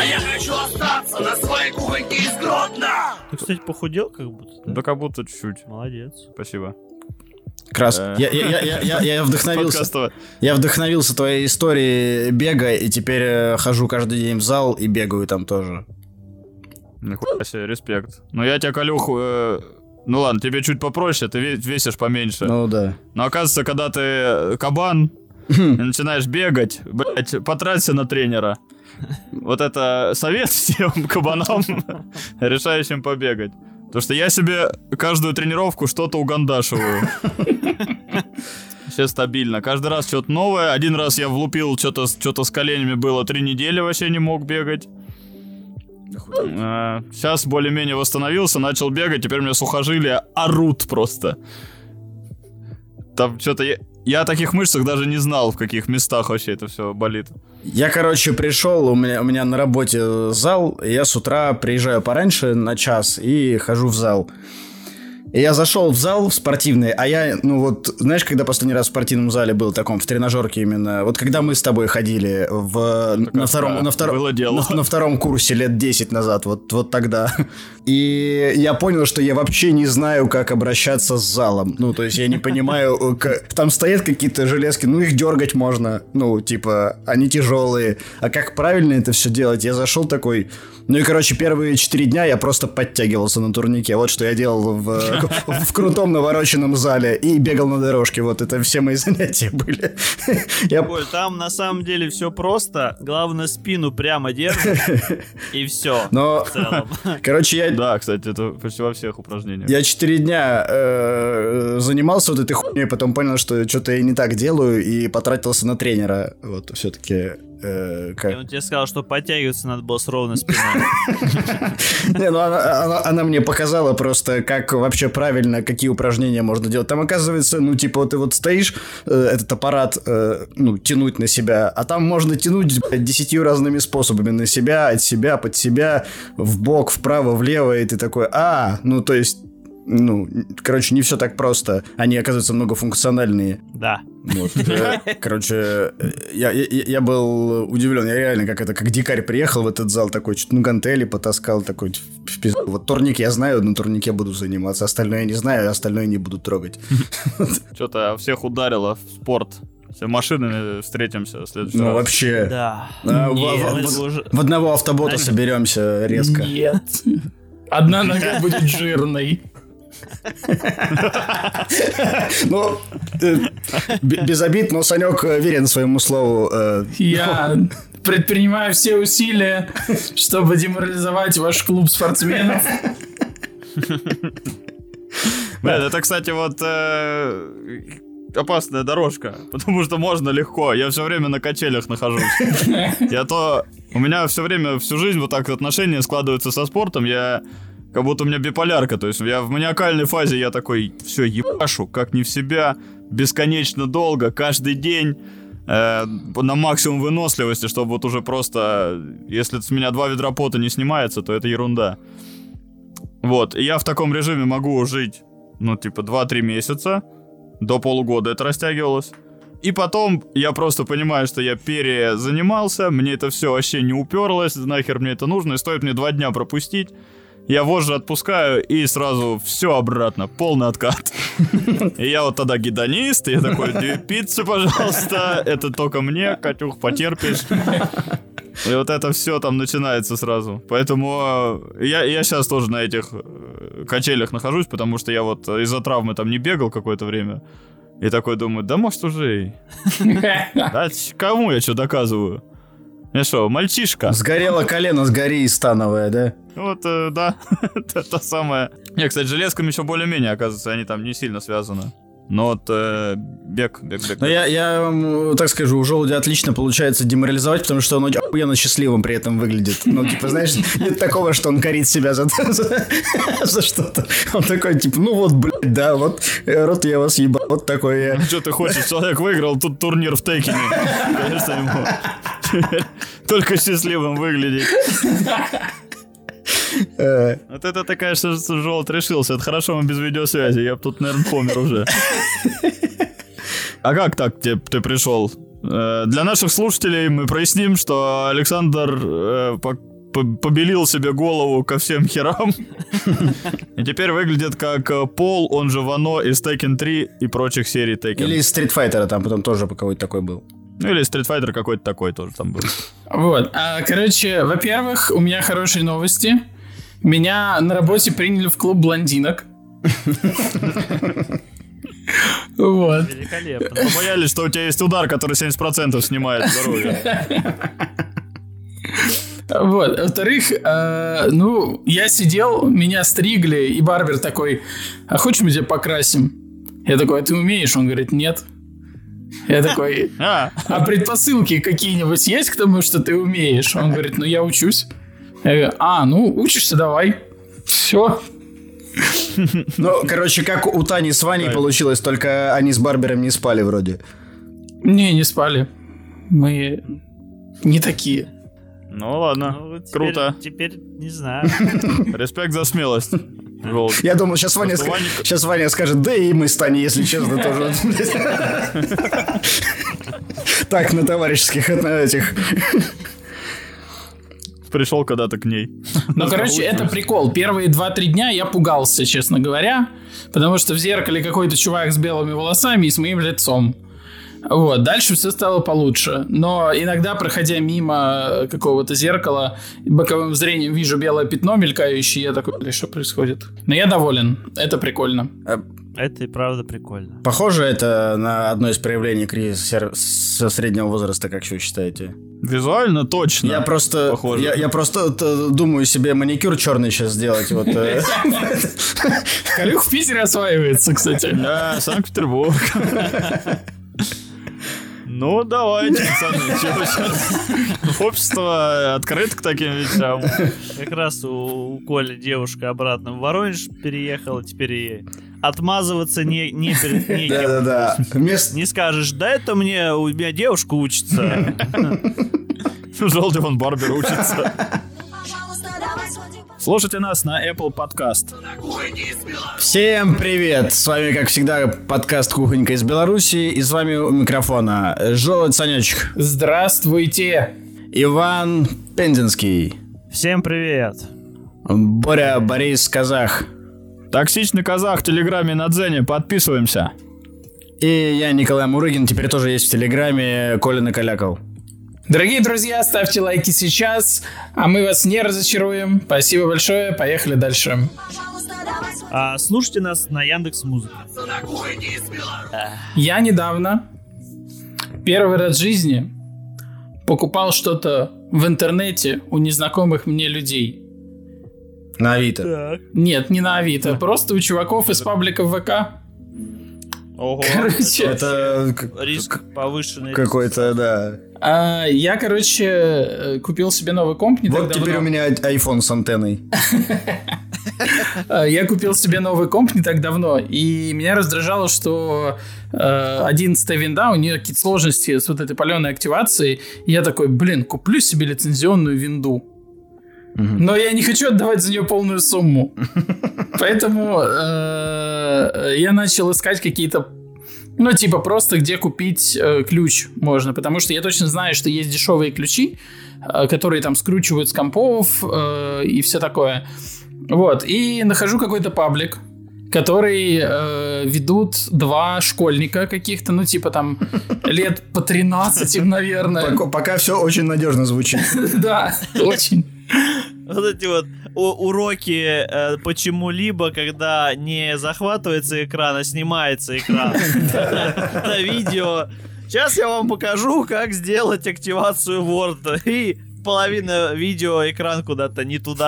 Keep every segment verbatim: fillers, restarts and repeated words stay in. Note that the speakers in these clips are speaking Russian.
А я хочу остаться на своей кухоньке из Гродно. Ты, кстати, похудел как будто. Да, да как будто чуть-чуть. Молодец. Спасибо. Крас. Я, я, я, я, я вдохновился. Я вдохновился твоей историей бега, и теперь хожу каждый день в зал и бегаю там тоже. Нихуя себе, респект. Ну я тебя, Калюх, э, ну ладно, тебе чуть попроще, ты весишь поменьше. Ну да. Но оказывается, когда ты кабан и начинаешь бегать, блять, потраться на тренера. Вот это совет всем кабанам, решающим побегать. Потому что я себе каждую тренировку что-то угандашиваю. Все стабильно. Каждый раз что-то новое. Один раз я влупил, что-то, что-то с коленями было, три недели вообще не мог бегать. А, сейчас более-менее восстановился, начал бегать, теперь у меня сухожилия орут просто. Там что-то... Я, я о таких мышцах даже не знал, в каких местах вообще это все болит. Я, короче, пришел, у меня, у меня на работе зал, и я с утра приезжаю пораньше на час и хожу в зал. И я зашел в зал в спортивный, а я, ну вот, знаешь, когда последний раз в спортивном зале был, таком, в тренажерке именно, вот когда мы с тобой ходили в, на, втором, на, втором, на, на втором курсе лет десять назад, вот, вот тогда. И я понял, что я вообще не знаю, как обращаться с залом. Ну, то есть я не понимаю, как... там стоят какие-то железки, ну их дергать можно, ну, типа, они тяжелые. А как правильно это все делать? Я зашел такой... Ну и, короче, первые четыре дня я просто подтягивался на турнике. Вот что я делал в, в крутом навороченном зале. И бегал на дорожке. Вот это все мои занятия были. Я... Ой, там на самом деле все просто. Главное, спину прямо держишь. И все. Но, короче, я... Да, кстати, это почти во всех упражнениях. Я четыре дня э, занимался вот этой хуйней, потом понял, что что-то я не так делаю. И потратился на тренера. Вот, все-таки... Как... И он тебе сказал, что подтягиваться надо было с ровной спиной. Не, ну она мне показала просто, как вообще правильно, какие упражнения можно делать. Там, оказывается, ну, типа, вот ты вот стоишь, этот аппарат, ну, тянуть на себя, а там можно тянуть десятью разными способами на себя, от себя, под себя, вбок, вправо, влево, и ты такой, а, ну, то есть... Ну, короче, не все так просто. Они, оказывается, многофункциональные. Да. Вот. Короче, я, я, я был удивлен. Я реально, как это, как дикарь приехал в этот зал, такой, ну, гантели потаскал, такой, в пизду. Вот турник я знаю, на турнике буду заниматься. Остальное я не знаю, остальное не буду трогать. Что-то всех ударило в спорт. Все машинами встретимся в следующий ну, раз. Ну, вообще. Да. А, Нет, в, в, уже... в одного автобота Знаешь, соберемся резко. Нет. Одна нога будет жирной. Ну, без обид, но Санек верен своему слову. Я предпринимаю все усилия, чтобы деморализовать ваш клуб спортсменов. Это, кстати, вот опасная дорожка, потому что можно легко. Я все время на качелях нахожусь. Я то... У меня все время, всю жизнь вот так отношения складываются со спортом. Я... Как будто у меня биполярка, то есть я в маниакальной фазе, я такой, все, ебашу, как не в себя, бесконечно долго, каждый день, э, на максимум выносливости, чтобы вот уже просто, если с меня два ведра пота не снимается, то это ерунда. Вот, и я в таком режиме могу жить, ну, типа, два-три месяца, до полугода это растягивалось. И потом я просто понимаю, что я перезанимался, мне это все вообще не уперлось, нахер мне это нужно, и стоит мне два дня пропустить, я вожжи отпускаю и сразу все обратно, полный откат. И я вот тогда гедонист, и я такой, две пиццы, пожалуйста, это только мне, Катюх, потерпишь. И вот это все там начинается сразу. Поэтому я, я сейчас тоже на этих качелях нахожусь, потому что я вот из-за травмы там не бегал какое-то время. И такой думаю, да может уже... Да кому я что доказываю? Я что, мальчишка? Сгорело колено, сгори и становое, да? Вот, э, да, это самое. Не, кстати, железками еще более-менее, оказывается, они там не сильно связаны. Но вот э, бег, бег, бег. Но я, я, так скажу, у желудя отлично получается деморализовать, потому что он охуенно счастливым при этом выглядит. Ну, типа, знаешь, нет такого, что он корит себя за, за, за что-то. Он такой, типа, ну вот, блядь, да, вот, рот я вас ебал, вот такой я. Что ты хочешь? Человек выиграл тут турнир в Текине. Конечно, ему только счастливым выглядеть. Вот это ты, конечно, желт решился. Это хорошо, мы без видеосвязи. Я бы тут, наверное, помер уже. А как так ты, ты пришел? Для наших слушателей мы проясним, что Александр побелил себе голову ко всем херам. И теперь выглядит как Пол, он же Вано из Tekken три и прочих серий Tekken. Или из Street Fighter, там потом тоже какой-то такой был. Ну или Street Fighter какой-то такой тоже там был. Вот, а, короче, во-первых, у меня хорошие новости. Меня на работе приняли в клуб блондинок. Вот. Великолепно. Побоялись, что у тебя есть удар, который семьдесят процентов снимает здоровье. Вот, во-вторых, э, ну, я сидел, меня стригли, и барбер такой: а хочешь мы тебя покрасим? Я такой: а ты умеешь? Он говорит: нет. Я такой: А, а предпосылки какие-нибудь есть к тому, что ты умеешь? Он говорит: ну, я учусь. Я говорю: а, ну, учишься, давай. Все. Ну, короче, как у Тани с Ваней получилось, только они с барбером не спали вроде. Не, не спали. Мы не такие. ну ладно, Ну, теперь- круто. Теперь не знаю. Респект за смелость. Волк. Я думал, сейчас Ваня, Просто ска- Ваня- сейчас Ваня скажет: да и мы с Таней, если честно, тоже. Так, на товарищеских, на этих. Пришел когда-то к ней. Ну, короче, это прикол. Первые два-три дня я пугался, честно говоря, потому что в зеркале какой-то чувак с белыми волосами и с моим лицом. Вот, дальше все стало получше. Но иногда, проходя мимо какого-то зеркала, боковым зрением вижу белое пятно мелькающее, я такой: бля, что происходит? Но я доволен, это прикольно. Это и правда прикольно. Похоже, это на одно из проявлений кризиса сер- со среднего возраста, как вы считаете? Визуально точно. Я просто, Похоже. я, я просто т- думаю себе маникюр черный сейчас сделать. Вот, э. Калюх в Питере осваивается, кстати. Да, Санкт-Петербург. Ну, давайте, пацаны, чего сейчас? Общество открыто к таким вещам. Как раз у, у Коли девушка обратно в Воронеж переехала, теперь ей отмазываться не, не перед неким. Да-да-да. Вместо... Не скажешь: да это мне, у меня девушка учится. Желтый вон барбер учится. Слушайте нас на Apple Podcast. Всем привет! С вами, как всегда, подкаст «Кухонька из Беларуси». И с вами у микрофона Желудь Санечек, Здравствуйте. Иван Пензенский, Всем привет. Боря Борис Казах Токсичный казах в Телеграме на Дзене. Подписываемся. и я, Николай Мурыгин, теперь тоже есть в Телеграме, Коля накалякал. Дорогие друзья, ставьте лайки сейчас, а мы вас не разочаруем. Спасибо большое, поехали дальше. А, слушайте нас на Яндекс.Музыке. Я недавно, первый раз в жизни, покупал что-то в интернете у незнакомых мне людей. На Авито. Так. Нет, не на Авито, просто у чуваков из паблика в ВК. Ого. Короче, Это к- Риск повышенный. какой-то, да. а, я, короче, э, купил себе новый комп не так Вот теперь давно. у меня iPhone с антенной. А, Я купил себе новый комп не так давно, и меня раздражало, что э, одиннадцатая винда, у нее какие-то сложности с вот этой паленой активацией. И я такой: блин, куплю себе лицензионную винду. Но я не хочу отдавать за нее полную сумму. Поэтому э, я начал искать какие-то, ну, типа, просто где купить э, ключ можно. Потому что я точно знаю, что есть дешевые ключи, э, которые там скручивают с компов э, и все такое. Вот, и нахожу какой-то паблик, который э, ведут два школьника каких-то, ну, типа там лет по тринадцать им, наверное. Пока, пока все очень надежно звучит. Да, очень. Вот эти вот у- уроки э, почему-либо, когда не захватывается экран, а снимается экран на видео. Сейчас я вам покажу, как сделать активацию Word. И половина видео, экран куда-то не туда.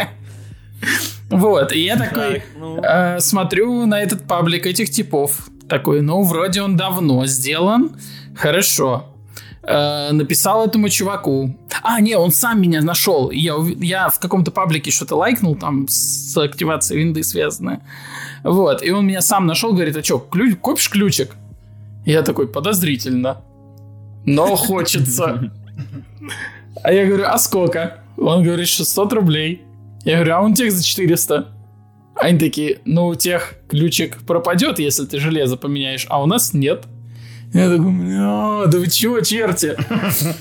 Вот, и я такой Так, ну. э, смотрю на этот паблик этих типов. Такой: ну, вроде он давно сделан. Хорошо. Э, написал этому чуваку. А, не, он сам меня нашел. Я, ув- я в каком-то паблике что-то лайкнул, там с активацией винды связанное. Вот, и он меня сам нашел, говорит: а что, ключ, купишь ключик? Я такой: подозрительно. Но хочется. А я говорю: а сколько? Он говорит: шестьсот рублей. Я говорю: а он тех за четыреста. Они такие: ну, у тех ключик пропадет, если ты железо поменяешь, а у нас нет. Я такой: бля, да вы чего, черти?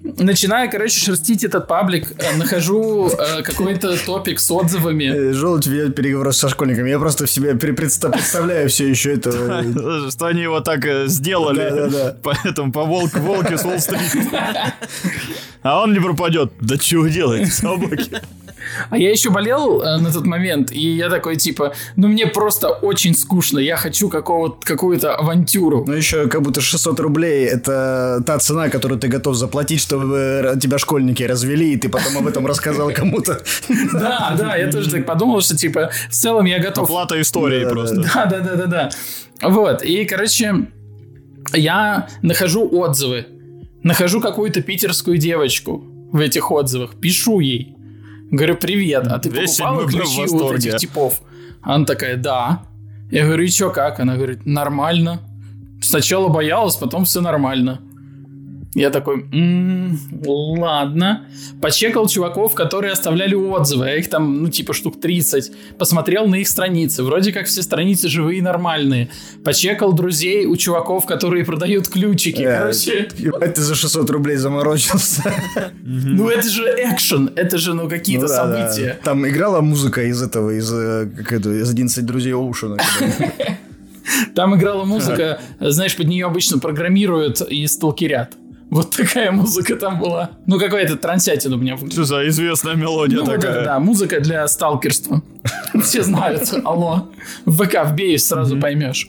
начинаю, короче, шерстить этот паблик, э, нахожу э, какой-то топик с отзывами. Желудь ведет переговоры со школьниками. Я просто в себе представляю все еще это. Что они его так э, сделали. Да-да-да. Поэтому по волк, волке с Уолл-стрит. А он не пропадет. Да чего вы делаете, собаки? А я еще болел э, на тот момент, и я такой, типа, ну мне просто очень скучно, я хочу какого-то, какую-то авантюру. Ну еще как будто шестьсот рублей это та цена, которую ты готов заплатить, чтобы тебя школьники развели, и ты потом об этом рассказал кому-то. Да, да, я тоже так подумал, что, типа, в целом я готов... Оплата истории просто. Да, да, да, да, да. Вот, и, короче, я нахожу отзывы, нахожу какую-то питерскую девочку в этих отзывах, пишу ей. Говорю, привет, а ты Весь покупала ключи у этих типов? Она такая, да. Я говорю, и чё, как? Она говорит, нормально. Сначала боялась, потом все нормально. Я такой, м-м, ладно. Почекал чуваков, которые оставляли отзывы. А их там, ну, типа, штук тридцать. Посмотрел на их страницы. Вроде как все страницы живые и нормальные. Почекал друзей у чуваков, которые продают ключики. Короче... Ебать, ты за шестьсот рублей заморочился. Ну, это же экшен. Это же, ну, какие-то события. Там играла музыка из этого, из из одиннадцати друзей Оушена. Там играла музыка, знаешь, под нее обычно программируют и сталкерят. Вот такая музыка там была. Ну, какая-то трансятина у меня выглядит. Что за известная мелодия ну, такая? Да, да, музыка для сталкерства. Все знают. Алло. В ВК вбей, сразу поймешь.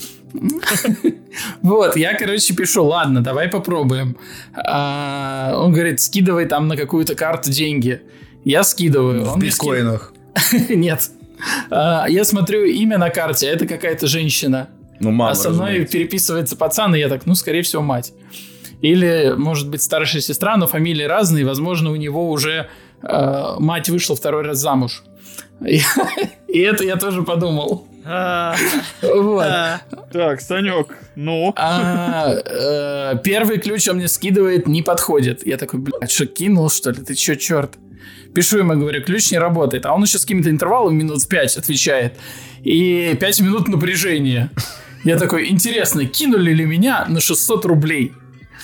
Вот, я, короче, пишу, ладно, давай попробуем. Он говорит, скидывай там на какую-то карту деньги. Я скидываю. В биткоинах? Нет. Я смотрю имя на карте, это какая-то женщина. Ну, мама, а со мной разумеется. Переписывается пацан, и я так, ну, скорее всего, мать. Или, может быть, старшая сестра, но фамилии разные. Возможно, у него уже э, мать вышла второй раз замуж. И, и это я тоже подумал. Вот. Так, Санек, ну? А, э, первый ключ он мне скидывает, не подходит. Я такой, блядь, что, кинул, что ли? Ты чё, черт? Пишу ему, говорю, ключ не работает. А он еще с каким-то интервалом минут пять отвечает. И пять минут напряжения. Я такой, интересно, кинули ли меня на шестьсот рублей?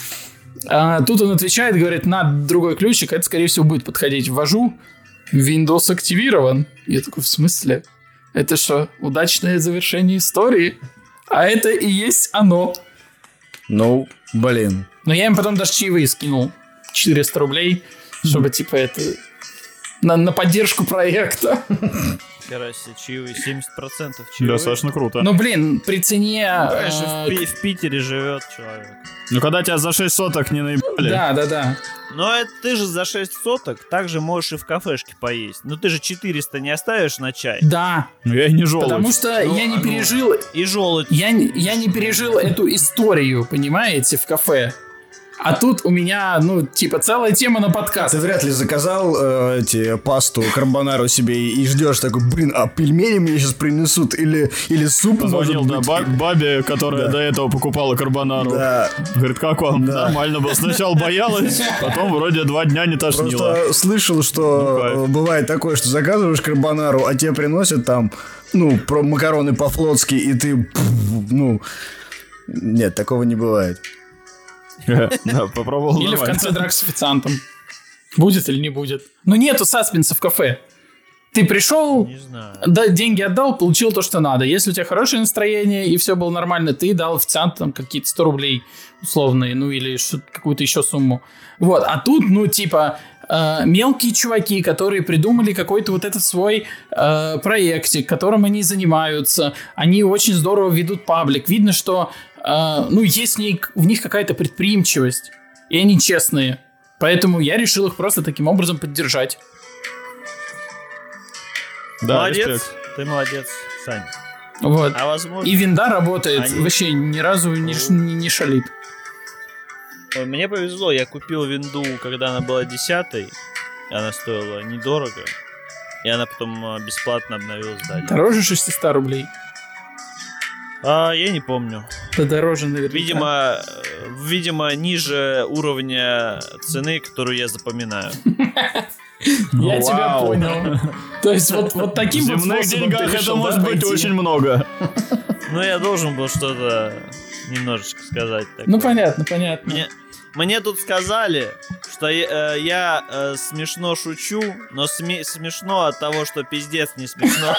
А тут он отвечает, говорит, на другой ключик, это, скорее всего, будет подходить. Ввожу, Windows активирован. Я такой, в смысле? Это что, удачное завершение истории? А это и есть оно. Ну, блин. Но я им потом даже чаевые скинул. четыреста рублей, чтобы, типа, это... На, на поддержку проекта. Короче, чаевые, семьдесят процентов чаевые. Достаточно круто. Ну, блин, при цене... Конечно, э, в, Пи- в Питере живет человек. Ну, когда тебя за шесть соток не наебали. Да, да, да. Но это ты же за шесть соток также можешь и в кафешке поесть. Ну ты же четыреста не оставишь на чай. Да. Ну, я и не желудь. Потому что Ну, я не ну, пережил... И желудь. Я, не- я не пережил эту историю, понимаете, в кафе. А тут у меня, ну, типа, целая тема на подкаст. Ты вряд ли заказал э, эти пасту карбонару себе и, и ждешь такой, блин, а пельмени мне сейчас принесут или, или суп, Позвонил, может да, быть. ба- бабе, которая Да. до этого покупала карбонару. Да. Говорит, как вам? Да. Нормально было. Сначала боялась, потом вроде два дня не тошнило. Просто слышал, что Ну, кайф. э, бывает такое, что заказываешь карбонару, а тебе приносят там, ну, про макароны по-флотски, и ты, пф, ну, нет, такого не бывает. Да, попробовал. Или в нормально. конце драк с официантом. Будет или не будет. Ну, нету саспенса в кафе. Ты пришел, Не знаю. да, деньги отдал, получил то, что надо. Если у тебя хорошее настроение и все было нормально, ты дал официанту там какие-то сто рублей условные, ну или что- какую-то еще сумму. Вот, а тут, ну, типа, э, мелкие чуваки, которые придумали какой-то вот этот свой э, проектик, которым они занимаются. Они очень здорово ведут паблик. Видно, что, э, ну, есть в них, в них какая-то предприимчивость. И они честные. Поэтому я решил их просто таким образом поддержать. Да, молодец. респект. Ты молодец, Сань. Вот. А возможно... И винда работает. Они- Вообще ни разу не, ш- не, не шалит. Ой, мне повезло, я купил винду, когда она была десятой. Она стоила недорого. И она потом а, бесплатно обновилась дальше. Дороже шестьсот рублей. А, я не помню. Да дороже, наверное. Видимо, э, видимо, ниже уровня цены, которую я запоминаю. Я тебя Вау. понял. То есть вот, вот В таким вот земных способом деньгах ты это решил, может да, быть пойти? очень много. Ну, я должен был что-то немножечко сказать. Ну, такое. понятно, понятно. Мне, Мне тут сказали, что я, э, я э, смешно шучу, но сме- смешно от того, что пиздец не смешно.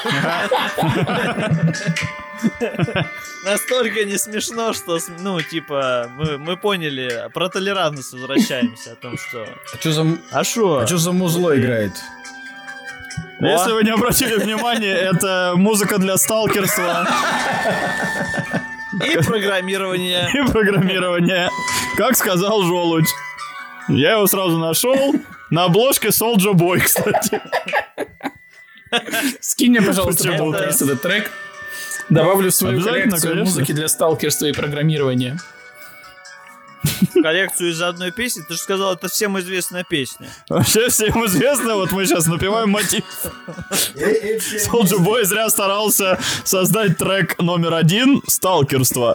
Настолько не смешно, что, ну, типа, мы, мы поняли, про толерантность возвращаемся, о том, что... А что за, А шо? а чё за музло играет? Если вы не обратили внимания, это музыка для сталкерства И программирование. и программирования. Как сказал Желудь. Я его сразу нашел. На обложке Soulja Boy, кстати. Скинь мне, пожалуйста, Почему? потом вниз этот трек. Добавлю в свою Обязательно, коллекцию конечно. музыки для сталкерства и программирования. Коллекцию из одной песни. Ты же сказал, это всем известная песня. Вообще всем известно, вот мы сейчас напеваем мотив. Soulja Boy зря старался создать трек номер один «Сталкерство».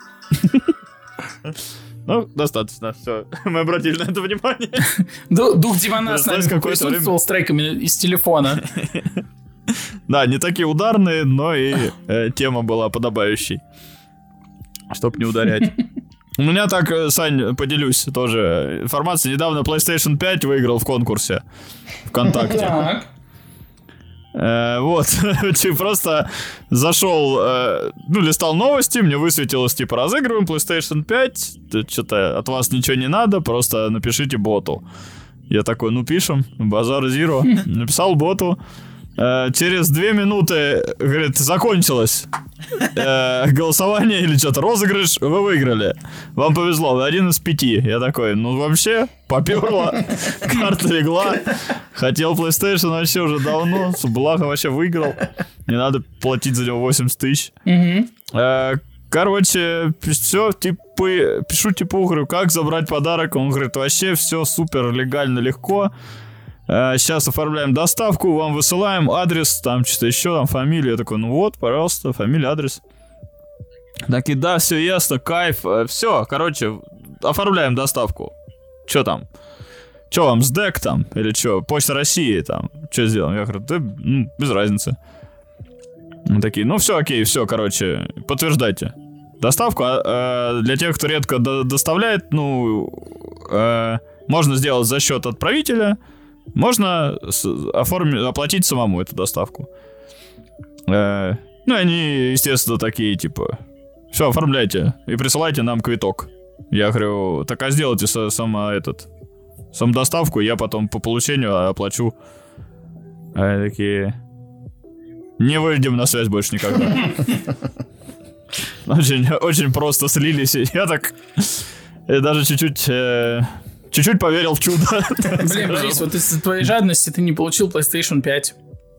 Ну, достаточно, все. Мы обратили на это внимание. Ду- Дух Дивана с нами Пришлось какое-то присутствовал с треками из телефона. Да, не такие ударные, но и э, тема была подобающей. Чтоб не ударять. У меня так, э, Сань, поделюсь тоже информацией. Недавно PlayStation пять выиграл в конкурсе ВКонтакте. Так. Э, вот, просто зашел, э, ну, листал новости, мне высветилось, типа, разыгрываем PlayStation пять, что-то от вас ничего не надо, просто напишите боту. Я такой, ну, пишем, базар зиро. Написал боту. Э, через две минуты, говорит, закончилось э, голосование или что-то, розыгрыш, вы выиграли. Вам повезло, вы один из пяти. Я такой, ну вообще, поперло, карта легла. Хотел PlayStation вообще уже давно, благо вообще выиграл. Не надо платить за него восемьдесят тысяч. Э, короче, все, типы, пишу типу, говорю, как забрать подарок. Он говорит, вообще все супер легально, легко. Сейчас оформляем доставку, вам высылаем адрес, там что-то еще, там фамилия. Я такой, ну вот, пожалуйста, фамилия, адрес. Такие, да, все ясно, кайф. Все, короче, оформляем доставку. Че там? Че вам, СДЭК там? Или что, Почта России там? Что сделаем? Я говорю, да, ну, без разницы. Мы такие, ну все, окей, все, короче, подтверждайте доставку. А, э, для тех, кто редко до- доставляет, ну, э, можно сделать за счет отправителя. Можно с- оформить, оплатить самому эту доставку. Э, ну, они, естественно, такие, типа, все, оформляйте и присылайте нам квиток. Я говорю, так а сделайте с- сама этот, сам доставку, я потом по получению оплачу. А они такие, не выйдем на связь больше никогда. Очень, очень просто слились. Я так э, даже чуть-чуть... э, Чуть-чуть поверил в чудо. Блин, Борис, вот из-за твоей жадности ты не получил PlayStation пять.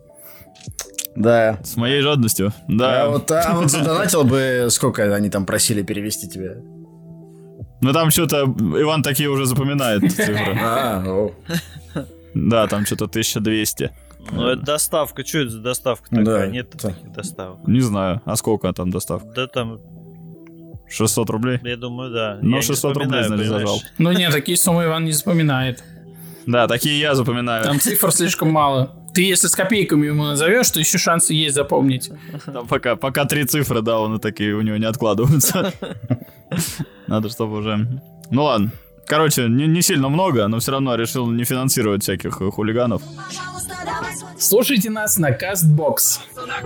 Да. С моей жадностью. А Да. вот, а вот задонатил бы, сколько они там просили перевести тебе? Ну там что-то Иван такие уже запоминает цифры. А, о. Да, там что-то тысяча двести. Ну, это доставка. Что это за доставка Да, такая? Нет это- таких доставок. Не знаю. А сколько там доставка? Да там, шестьсот рублей? я думаю, да. Ну, Я не шестьсот рублей, вспоминаю, значит, понимаешь? зажал. Ну нет, такие суммы Иван не запоминает. Да, такие я запоминаю. Там цифр слишком мало. Ты если с копейками ему назовешь, то еще шансы есть запомнить. Там пока, пока три цифры, да, он и такие у него не откладываются. Надо, чтобы уже... Ну ладно. Короче, не, не сильно много, но все равно решил не финансировать всяких хулиганов. Слушайте нас на Castbox.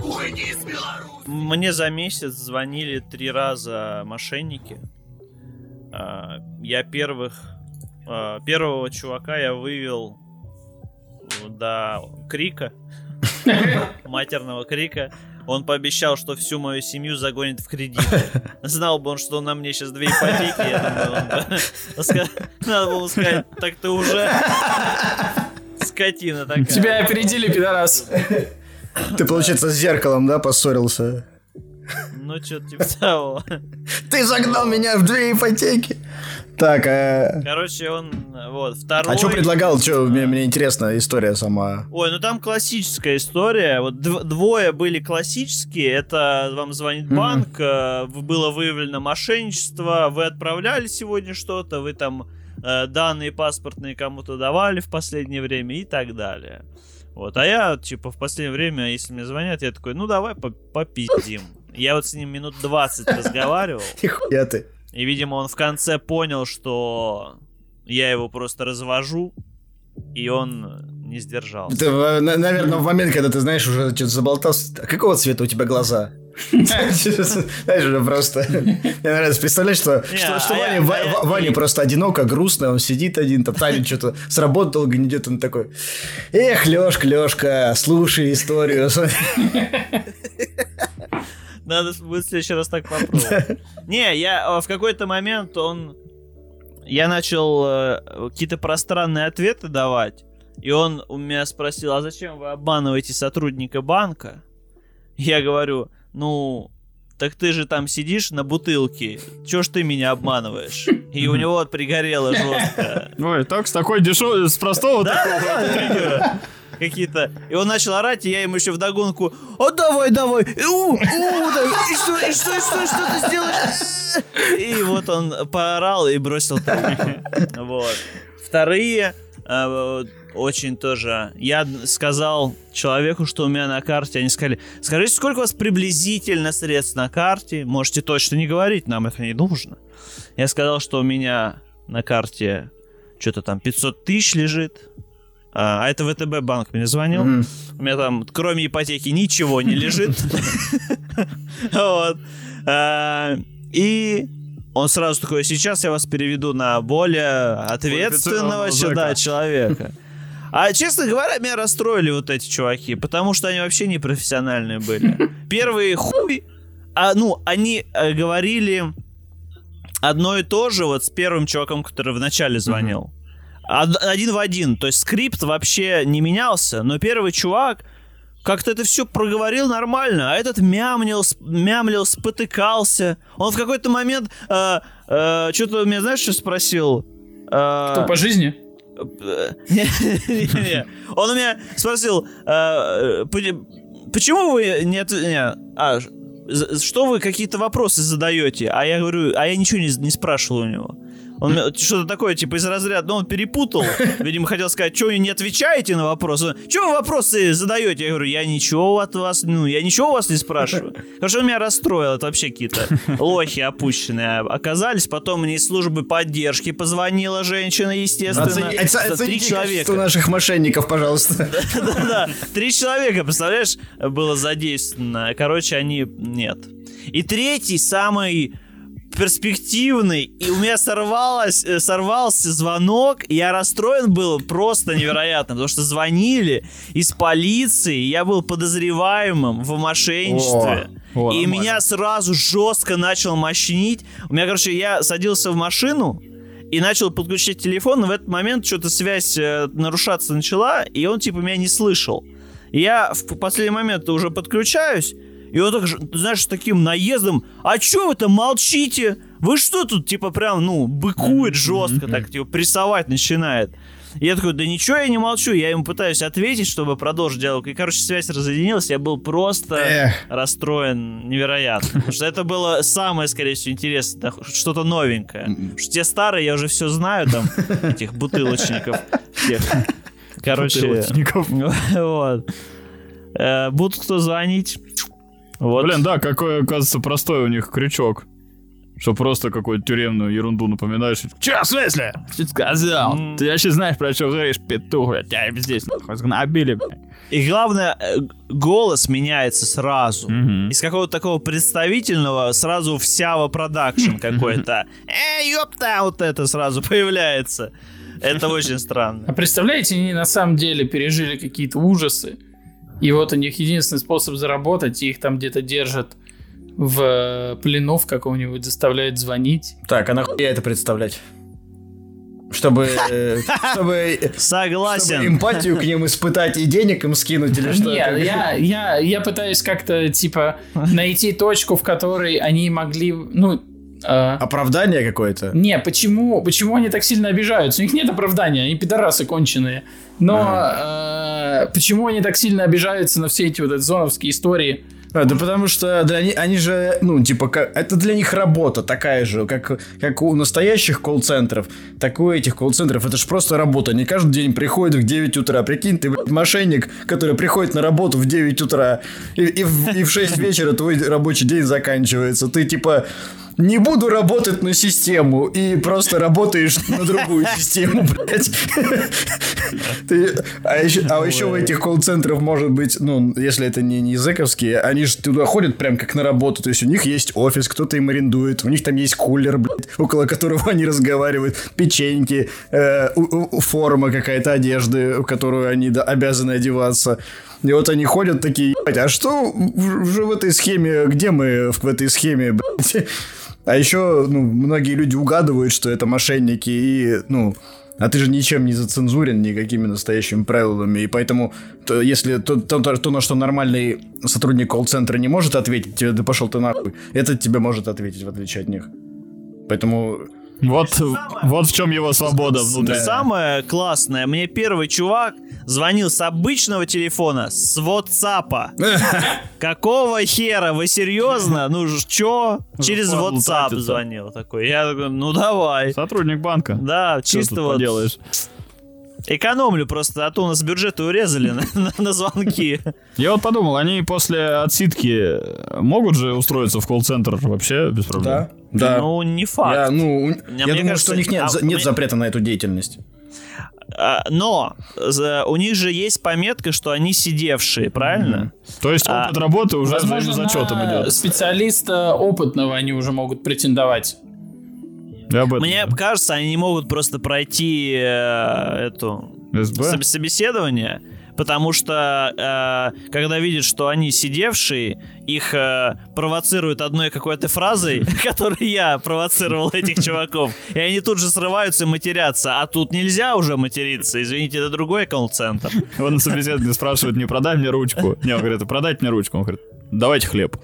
Мне за месяц звонили три раза мошенники. А, Я первых... а, Первого чувака я вывел до крика. Матерного крика. Он пообещал, что всю мою семью загонит в кредит. Знал бы он, что на мне сейчас две ипотеки, я думаю, он бы... ска- Надо было сказать, так ты уже... Скотина такая. Тебя опередили, пидорас. Ты, получается, с зеркалом, да, поссорился? Ну, что-то типа того. Ты загнал меня в две ипотеки. Так, а... Короче, он... Вот, второй... А что предлагал? Что, мне, мне интересна история сама. Ой, ну там классическая история. Вот дв- двое были классические. Это вам звонит банк, э, в- было выявлено мошенничество, вы отправляли сегодня что-то, вы там э, данные паспортные кому-то давали в последнее время и так далее. Вот, а я, типа, в последнее время, если мне звонят, я такой, ну давай по- попиздим. Я вот с ним минут двадцать разговаривал. Нихуя ты. И, видимо, он в конце понял, что я его просто развожу, и он не сдержался. Это, наверное, в момент, когда ты, знаешь, уже что-то заболтался. А какого цвета у тебя глаза? Знаешь, уже просто... Мне нравится представлять, что Ваня просто одиноко, грустно, он сидит один, там Таня что-то с работы долго не идет, он такой: эх, Лёшка, Лёшка, слушай историю. Надо будет в следующий раз так попробовать. Не, я в какой-то момент он... Я начал э, какие-то пространные ответы давать, и он у меня спросил: а зачем вы обманываете сотрудника банка? Я говорю: ну, так ты же там сидишь на бутылке, чё ж ты меня обманываешь? И у него вот пригорело жестко. Ой, так, с такой дешевой, с простого такого. Какие-то... И он начал орать, и я ему еще вдогонку: о, давай, давай, у, у, и что, и что, и что, что ты сделаешь? И вот он поорал и бросил трубку. Вот. Вторые, э, очень тоже... Я сказал человеку, что у меня на карте, они сказали: скажите, сколько у вас приблизительно средств на карте? Можете точно не говорить, нам это не нужно. Я сказал, что у меня на карте что-то там пятьсот тысяч лежит. А это ВТБ банк мне звонил. Mm-hmm. У меня там, кроме ипотеки, ничего не лежит. Вот. И он сразу такой: сейчас я вас переведу на более ответственного сюда человека. А, честно говоря, меня расстроили вот эти чуваки, потому что они вообще не профессиональные были. Первые хуй... А, ну, они э, говорили одно и то же вот с первым чуваком, который вначале звонил. Mm-hmm. Один в один. То есть скрипт вообще не менялся, но первый чувак как-то это все проговорил нормально, а этот мямлил, мямлил, спотыкался. Он в какой-то момент э, э, что-то меня, знаешь, что спросил? Э, Кто по жизни? Не-не-не. Он у меня спросил: почему вы не... А, что вы какие-то вопросы задаете? А я говорю, а я ничего не спрашивал у него. Он что-то такое, типа, из разряда, ну, он перепутал. Видимо, хотел сказать: что вы не отвечаете на вопросы? Что вы вопросы задаете? Я говорю: я ничего от вас, ну, я ничего у вас не спрашиваю. Потому что он меня расстроил. Это вообще какие-то лохи опущенные оказались. Потом мне из службы поддержки позвонила женщина, естественно. Три человека. Наших мошенников, пожалуйста. Да-да-да. Три человека, представляешь, было задействовано. Короче, они нет. И третий, самый перспективный, и у меня сорвалось, сорвался звонок, и я расстроен был просто невероятно, потому что звонили из полиции, я был подозреваемым в мошенничестве. О, о, и нормально. Меня сразу жестко начал мошеннить. У меня, короче, я садился в машину и начал подключать телефон, но в этот момент что-то связь нарушаться начала, и он типа меня не слышал. И я в последний момент уже подключаюсь, и он так, знаешь, с таким наездом: а чё вы там молчите? Вы что тут, типа, прям, ну, быкует жестко, так, типа, прессовать начинает. И я такой: да ничего я не молчу, я ему пытаюсь ответить, чтобы продолжить диалог. И, короче, связь разъединилась, я был просто Эх. расстроен невероятно. Потому что это было самое, скорее всего, интересное, что-то новенькое. Потому что те старые, я уже все знаю, там, этих бутылочников. Всех. Короче, бутылочников. Вот. Будут кто звонить. Вот. Блин, да, какой, оказывается, простой у них крючок. Что просто какую-то тюремную ерунду напоминаешь. Че, в смысле? Что ты сказал? Mm. Ты вообще знаешь, про что говоришь, петух, блядь, тебя здесь нахуй сгнобили, блядь. И главное, голос меняется сразу. Mm-hmm. Из какого-то такого представительного сразу в Сява продакшн какой-то. Эй, ёпта, вот это сразу появляется. Это очень странно. А представляете, они на самом деле пережили какие-то ужасы. И вот у них единственный способ заработать, их там где-то держат в плену в каком-нибудь, заставляют звонить. Так, а нахуя это представлять? Чтобы, чтобы, Согласен. Чтобы эмпатию к ним испытать и денег им скинуть или что? Нет, я, я, я пытаюсь как-то, типа, найти точку, в которой они могли, ну... Э... Оправдание какое-то? Не, почему, почему они так сильно обижаются? У них нет оправдания, они пидорасы конченые. Но ага. э, почему они так сильно обижаются на все эти вот эти зоновские истории? А, да потому что да, они, они же, ну, типа, как, это для них работа такая же, как, как у настоящих колл-центров, так и у этих колл-центров. Это же просто работа. Они каждый день приходят в девять утра. Прикинь, ты, блядь, мошенник, который приходит на работу в девять утра, и, и, в, и в шесть вечера твой рабочий день заканчивается. Ты, типа, не буду работать на систему, и просто работаешь на другую систему, блядь. Ты, а, еще, а еще в этих колл-центрах может быть, ну, если это не, не зэковские, они же туда ходят прям как на работу, то есть у них есть офис, кто-то им арендует, у них там есть кулер, блядь, около которого они разговаривают, печеньки, э, у, у, форма какая-то одежды, в которую они да, обязаны одеваться. И вот они ходят такие, а что уже в этой схеме, где мы в, в этой схеме, блядь? А еще, ну, многие люди угадывают, что это мошенники, и, ну, а ты же ничем не зацензурен никакими настоящими правилами, и поэтому, то, если то, то, то, на что нормальный сотрудник колл-центра не может ответить, тебе, да пошел ты нахуй, этот тебе может ответить, в отличие от них. Поэтому... Вот, вот в чем его свобода внутри. Самое классное, мне первый чувак звонил с обычного телефона, с WhatsApp. Какого хера? Вы серьезно? Ну чё? Через WhatsApp звонил такой. Я такой, ну давай. Сотрудник банка. Да, чисто вот. Поделаешь? Экономлю просто, а то у нас бюджеты урезали на, на, на звонки. Я вот подумал, они после отсидки могут же устроиться в колл-центр вообще без проблем? Да. Да. Ну, не факт. Я, ну, Мне я думаю, кажется, что у них нет, а, нет мне... запрета на эту деятельность. Но у них же есть пометка, что они сидевшие, правильно? Mm-hmm. То есть опыт а, работы уже за зачетом идет. Специалиста опытного они уже могут претендовать. Мне кажется, они не могут просто пройти э, эту соб- собеседование, потому что э, когда видят, что они сидевшие, их э, провоцируют одной какой-то фразой, которой я провоцировал этих чуваков, и они тут же срываются и матерятся, а тут нельзя уже материться, извините, это другой колл-центр. Он на собеседовании спрашивает, не продай мне ручку. Не, он говорит, продать мне ручку. Он говорит, давайте хлеб.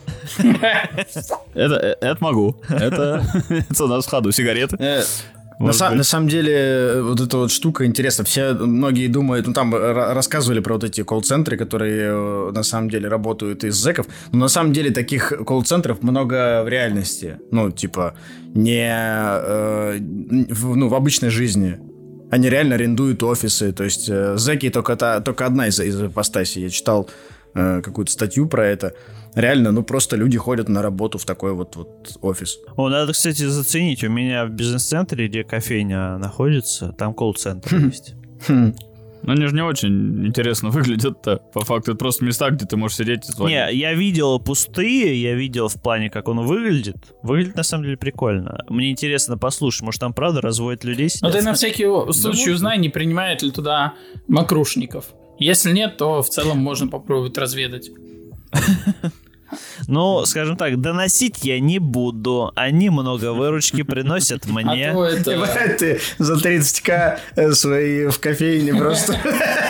Это, это могу. Это, это у нас в ходу сигареты. На, са- на самом деле, вот эта вот штука интересна. Все, многие думают, ну там р- рассказывали про вот эти колл-центры, которые на самом деле работают из зэков. Но на самом деле таких колл-центров много в реальности. Ну, типа, не э, в, ну, в обычной жизни. Они реально арендуют офисы. То есть э, зэки только, та, только одна из, из ипостасей. Я читал э, какую-то статью про это. Реально, ну просто люди ходят на работу в такой вот, вот офис. О, надо, кстати, заценить. У меня в бизнес-центре, где кофейня находится, там колл-центр есть. Ну, они же не очень интересно выглядят-то. По факту, это просто места, где ты можешь сидеть и звонить. Не, я видел пустые, я видел в плане, как он выглядит. Выглядит, на самом деле, прикольно. Мне интересно послушать, может, там, правда, разводят людей сидят? Но ты на всякий случай узнай, не принимают ли туда мокрушников. Если нет, то в целом можно попробовать разведать. Ну, скажем так, доносить я не буду. Они много выручки приносят мне. А то это... Ты за тридцать тысяч свои в кофейне просто...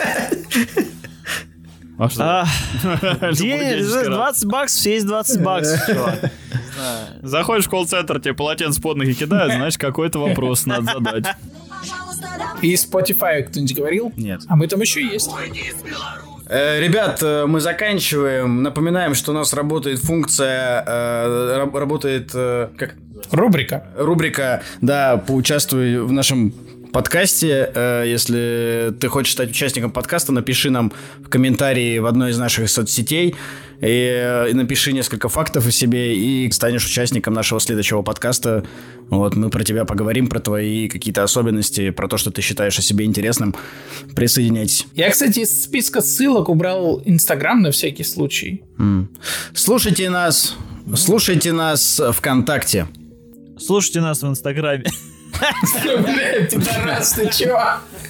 А что? двадцать баксов, есть двадцать баксов, чувак. Заходишь в колл-центр, тебе полотенце под ноги кидают, значит, какой-то вопрос надо задать. И Spotify кто-нибудь говорил? Нет. А мы там еще есть. Ребят, мы заканчиваем. Напоминаем, что у нас работает функция, э, работает э, как? Рубрика. Рубрика, да, поучаствуй в нашем подкасте. Э, если ты хочешь стать участником подкаста, напиши нам в комментарии в одной из наших соцсетей и, и напиши несколько фактов о себе, и станешь участником нашего следующего подкаста. Вот, мы про тебя поговорим, про твои какие-то особенности, про то, что ты считаешь о себе интересным. Присоединяйтесь. Я, кстати, из списка ссылок убрал Инстаграм на всякий случай. Mm. Слушайте нас, слушайте нас ВКонтакте. Слушайте нас в Инстаграме. Блядь, пидорас, ты чё?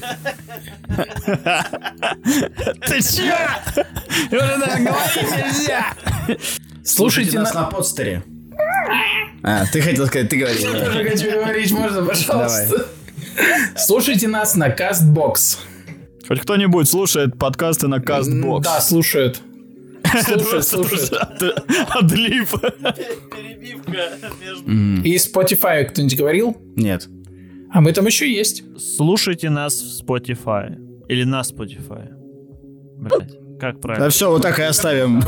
Ты чё? Уже так говорить нельзя. Слушайте нас на подстере. А, ты хотел сказать, ты говори. Я тоже хочу говорить, можно, пожалуйста? Слушайте нас на Castbox. Хоть кто-нибудь слушает подкасты на Castbox? Да, слушают. Слушают, слушают. Отлив. Перебивка между... И Spotify кто-нибудь говорил? Нет. А мы там еще есть. Слушайте нас в Spotify. Или на Spotify. Блять, как правильно? Да все, вот так и оставим.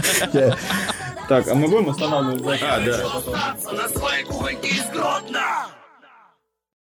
Так, а мы будем останавливать? А, да. На своей кухоньке из Гродно!